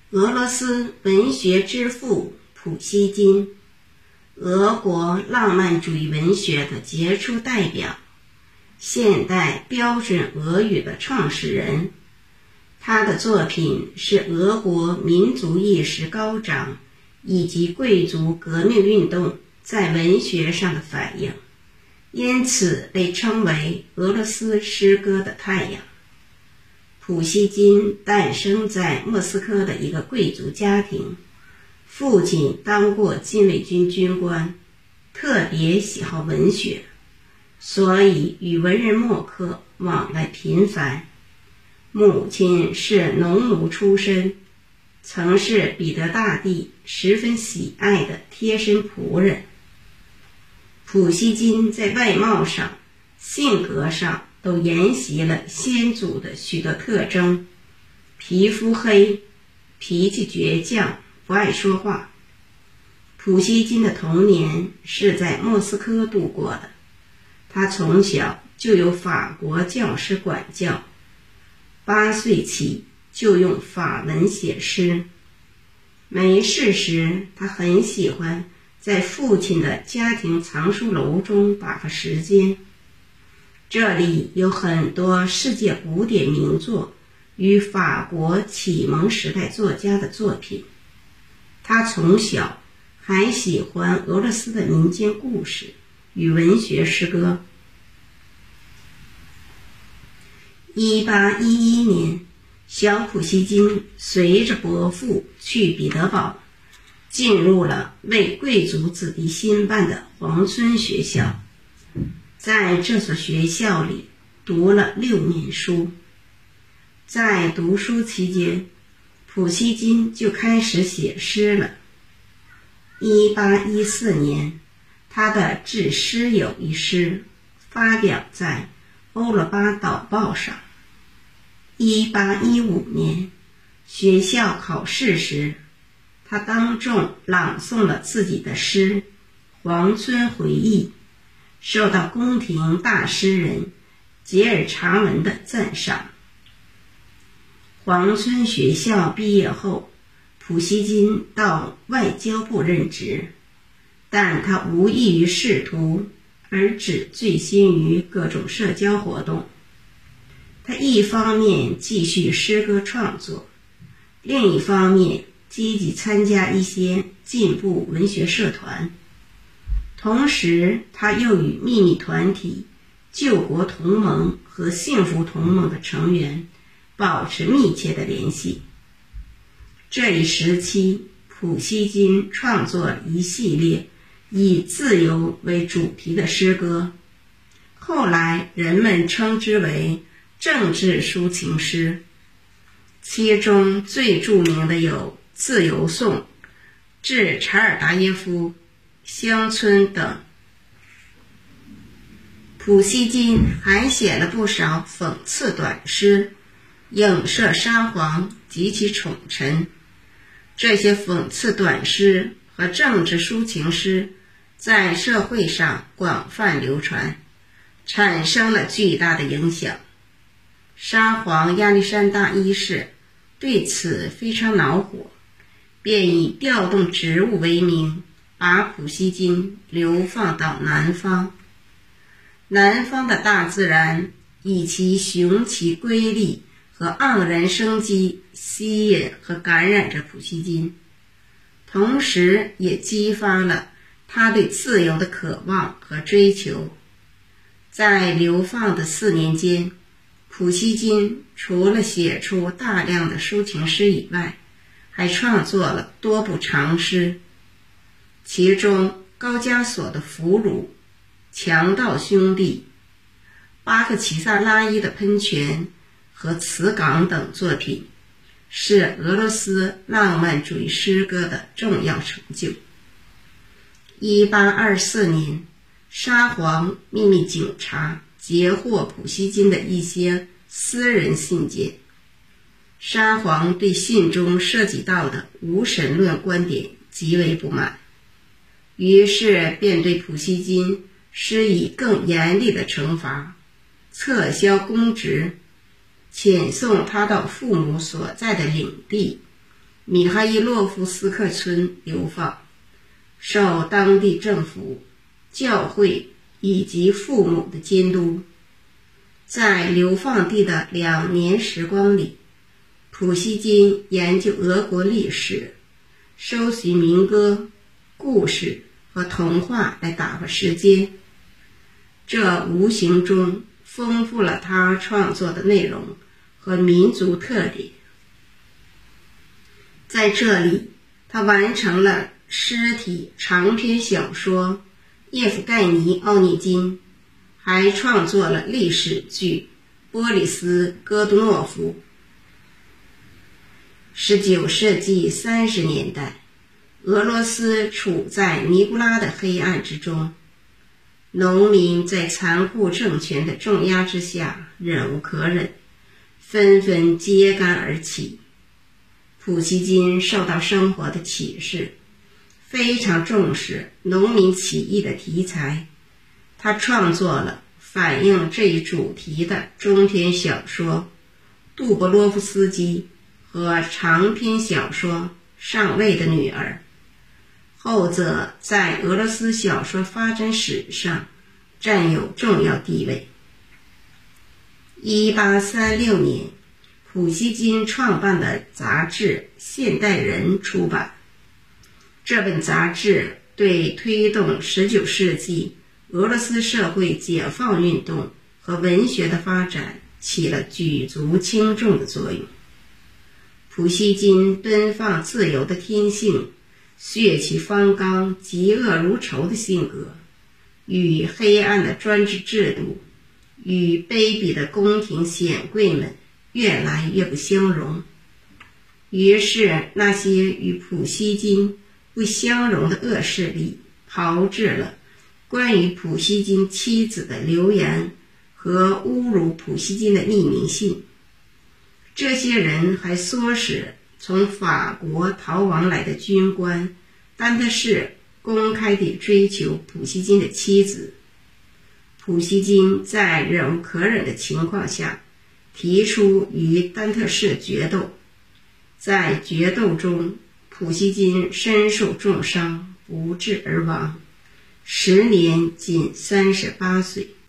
俄罗斯文学之父普希金，俄国浪漫主义文学的杰出代表，现代标准俄语的创始人。他的作品是俄国民族意识高涨以及贵族革命运动在文学上的反应，因此被称为俄罗斯诗歌的太阳。普希金诞生在莫斯科的一个贵族家庭，父亲当过禁卫军军官，特别喜好文学，所以与文人墨客往来频繁。母亲是农奴出身，曾是彼得大帝十分喜爱的贴身仆人。普希金在外貌上、性格上都沿袭了先祖的许多特征，皮肤黑，脾气倔强，不爱说话。普希金的童年是在莫斯科度过的，他从小就有法国教师管教，8岁起就用法文写诗。没事时，他很喜欢在父亲的家庭藏书楼中打发时间，这里有很多世界古典名作与法国启蒙时代作家的作品。他从小还喜欢俄罗斯的民间故事与文学诗歌。1811年，小普希金随着伯父去彼得堡，进入了为贵族子弟兴办的皇村学校。在这所学校里读了6年书。在读书期间，普希金就开始写诗了。1814年，他的《致诗友》一诗发表在欧罗巴导报上。1815年，学校考试时，他当众朗诵了自己的诗《皇村回忆》，受到宫廷大诗人杰尔查文的赞赏。皇村学校毕业后，普希金到外交部任职，但他无异于仕途，而只醉心于各种社交活动。他一方面继续诗歌创作，另一方面积极参加一些进步文学社团。同时，他又与秘密团体救国同盟和幸福同盟的成员保持密切的联系。这一时期，普希金创作了一系列以自由为主题的诗歌，后来人们称之为政治抒情诗，其中最著名的有《自由颂》、《致查尔达耶夫》、《乡村》等。普希金还写了不少讽刺短诗，影射沙皇及其宠臣。这些讽刺短诗和政治抒情诗在社会上广泛流传，产生了巨大的影响。沙皇亚历山大一世对此非常恼火，便以调动职务为名，把普希金流放到南方。南方的大自然以其雄奇瑰丽和盎然生机吸引和感染着普希金，同时也激发了他对自由的渴望和追求。在流放的4年间，普希金除了写出大量的抒情诗以外，还创作了多部长诗，其中高加索的俘虏、强盗兄弟、巴克齐萨拉伊的喷泉和词港等作品，是俄罗斯浪漫主义诗歌的重要成就。1824年，沙皇秘密警察截获普希金的一些私人信件，沙皇对信中涉及到的无神论观点极为不满，于是便对普希金施以更严厉的惩罚，撤销公职，遣送他到父母所在的领地， 米哈伊洛夫斯克村流放，受当地政府、教会以及父母的监督。在流放地的2年时光里，普希金研究俄国历史，收集民歌、故事和童话来打发时间，这无形中丰富了他创作的内容和民族特点。在这里，他完成了诗体长篇小说《叶夫盖尼·奥涅金》，还创作了历史剧《波里斯·戈杜诺夫》。19世纪30年代，俄罗斯处在尼古拉的黑暗之中，农民在残酷政权的重压之下忍无可忍，纷纷揭竿而起。普希金受到生活的启示，非常重视农民起义的题材，他创作了反映这一主题的中篇小说《杜博洛夫斯基》和长篇小说《上尉的女儿》，后者在俄罗斯小说发展史上占有重要地位。1836年，普希金创办的杂志《现代人》出版。这本杂志对推动19世纪俄罗斯社会解放运动和文学的发展起了举足轻重的作用。普希金奔放自由的天性，血气方刚、嫉恶如仇的性格，与黑暗的专制制度与卑鄙的宫廷显贵们越来越不相容。于是那些与普希金不相容的恶势力炮制了关于普希金妻子的流言和侮辱普希金的匿名信。这些人还唆使从法国逃亡来的军官丹特士公开地追求普希金的妻子。普希金在忍无可忍的情况下提出与丹特士决斗，在决斗中普希金身受重伤，不治而亡，时年仅38岁。